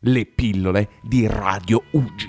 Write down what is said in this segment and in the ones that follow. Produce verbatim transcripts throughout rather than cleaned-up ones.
le pillole di Radio U G.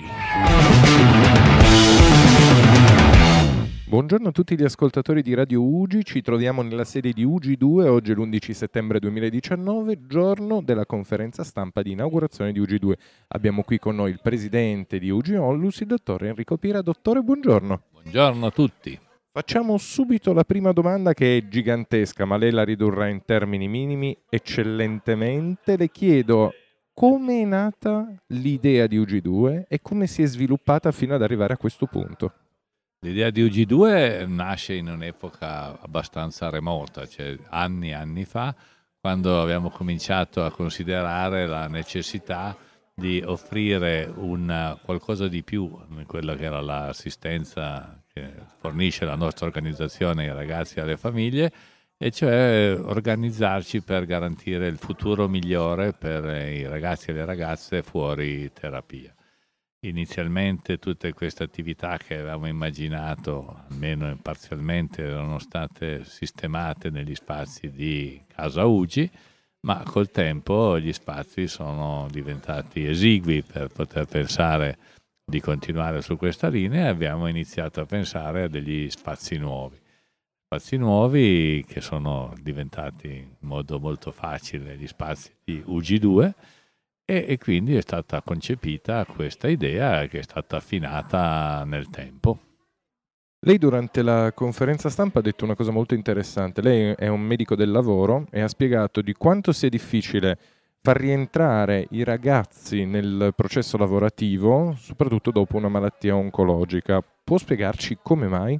Buongiorno a tutti gli ascoltatori di Radio U G, ci troviamo nella sede di U G due, oggi è l'undici settembre duemiladiciannove, giorno della conferenza stampa di inaugurazione di U G due. Abbiamo qui con noi il presidente di U G Onlus, il dottor Enrico Pira. Dottore, buongiorno. Buongiorno a tutti. Facciamo subito la prima domanda, che è gigantesca, ma lei la ridurrà in termini minimi eccellentemente. Le chiedo: come è nata l'idea di U G due e come si è sviluppata fino ad arrivare a questo punto? L'idea di U G due nasce in un'epoca abbastanza remota, cioè anni e anni fa, quando abbiamo cominciato a considerare la necessità di offrire un qualcosa di più di quella che era l'assistenza che fornisce la nostra organizzazione ai ragazzi e alle famiglie, e cioè organizzarci per garantire il futuro migliore per i ragazzi e le ragazze fuori terapia. Inizialmente tutte queste attività che avevamo immaginato, almeno parzialmente, erano state sistemate negli spazi di Casa U G, ma col tempo gli spazi sono diventati esigui per poter pensare di continuare su questa linea e abbiamo iniziato a pensare a degli spazi nuovi. Spazi nuovi che sono diventati in modo molto facile gli spazi di U G due e, e quindi è stata concepita questa idea che è stata affinata nel tempo. Lei durante la conferenza stampa ha detto una cosa molto interessante. Lei è un medico del lavoro e ha spiegato di quanto sia difficile far rientrare i ragazzi nel processo lavorativo, soprattutto dopo una malattia oncologica. Può spiegarci come mai?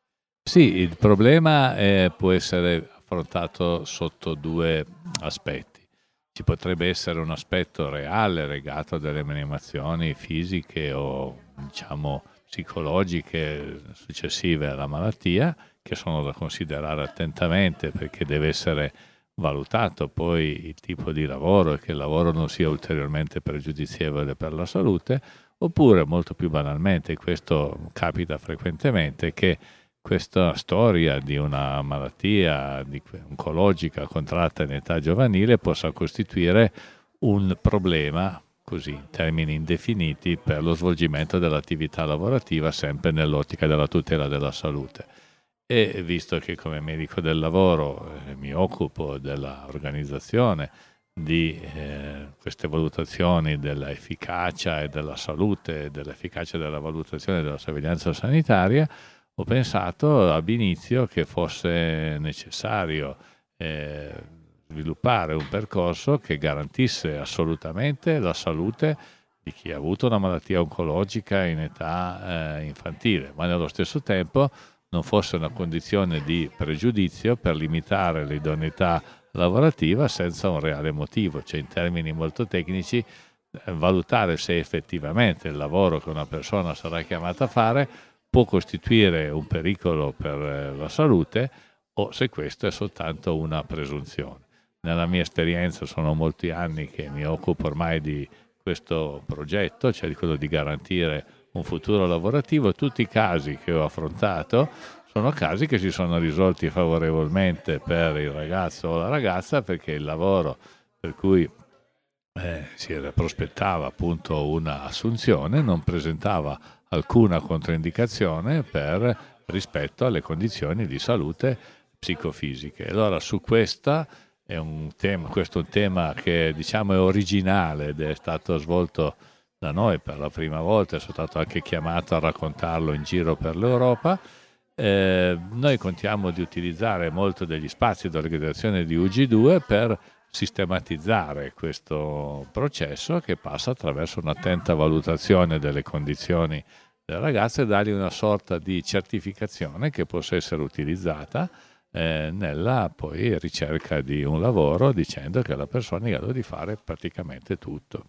Sì, il problema eh, può essere affrontato sotto due aspetti. Ci potrebbe essere un aspetto reale legato a delle animazioni fisiche o diciamo psicologiche successive alla malattia, che sono da considerare attentamente perché deve essere valutato poi il tipo di lavoro e che il lavoro non sia ulteriormente pregiudizievole per la salute, oppure molto più banalmente, questo capita frequentemente, che questa storia di una malattia oncologica contratta in età giovanile possa costituire un problema, così in termini indefiniti, per lo svolgimento dell'attività lavorativa, sempre nell'ottica della tutela della salute. E visto che come medico del lavoro eh, mi occupo dell'organizzazione di eh, queste valutazioni dell'efficacia e della salute, dell'efficacia della valutazione della sorveglianza sanitaria, ho pensato ab inizio che fosse necessario eh, sviluppare un percorso che garantisse assolutamente la salute di chi ha avuto una malattia oncologica in età eh, infantile, ma nello stesso tempo non fosse una condizione di pregiudizio per limitare l'idoneità lavorativa senza un reale motivo, cioè in termini molto tecnici eh, valutare se effettivamente il lavoro che una persona sarà chiamata a fare può costituire un pericolo per la salute o se questo è soltanto una presunzione. Nella mia esperienza sono molti anni che mi occupo ormai di questo progetto, cioè di quello di garantire un futuro lavorativo. Tutti i casi che ho affrontato sono casi che si sono risolti favorevolmente per il ragazzo o la ragazza, perché il lavoro per cui eh, si prospettava appunto una assunzione non presentava alcuna controindicazione per rispetto alle condizioni di salute psicofisiche. Allora su questa è un tema, questo è un tema che diciamo è originale ed è stato svolto da noi per la prima volta, sono stato anche chiamato a raccontarlo in giro per l'Europa. Eh, noi contiamo di utilizzare molto degli spazi di organizzazione di U G due per sistematizzare questo processo che passa attraverso un'attenta valutazione delle condizioni del ragazzo e dargli una sorta di certificazione che possa essere utilizzata eh, nella poi ricerca di un lavoro, dicendo che la persona è in grado di fare praticamente tutto.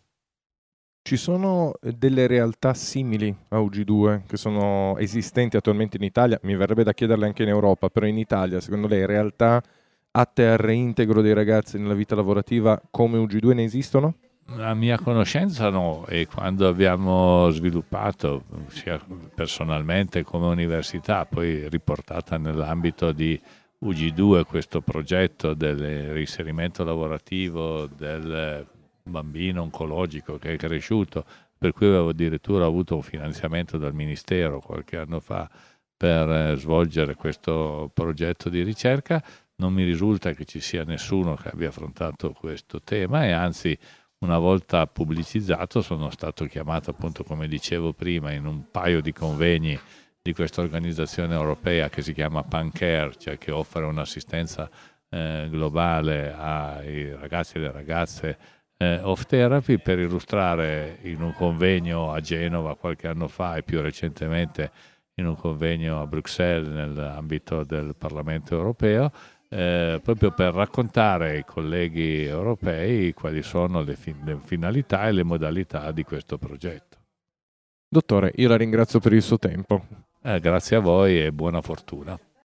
Ci sono delle realtà simili a U G due che sono esistenti attualmente in Italia? Mi verrebbe da chiederle anche in Europa, però in Italia secondo lei realtà atte al reintegro dei ragazzi nella vita lavorativa come U G due ne esistono? La mia conoscenza no, e quando abbiamo sviluppato sia personalmente come università, poi riportata nell'ambito di U G due questo progetto del reinserimento lavorativo del un bambino oncologico che è cresciuto, per cui avevo addirittura avuto un finanziamento dal Ministero qualche anno fa per eh, svolgere questo progetto di ricerca. Non mi risulta che ci sia nessuno che abbia affrontato questo tema, e anzi, una volta pubblicizzato, sono stato chiamato, appunto, come dicevo prima, in un paio di convegni di questa organizzazione europea che si chiama PanCare, cioè che offre un'assistenza eh, globale ai ragazzi e alle ragazze eh, off therapy, per illustrare in un convegno a Genova qualche anno fa, e più recentemente in un convegno a Bruxelles nell'ambito del Parlamento europeo, eh, proprio per raccontare ai colleghi europei quali sono le, fin- le finalità e le modalità di questo progetto. Dottore, io la ringrazio per il suo tempo. Eh, grazie a voi e buona fortuna.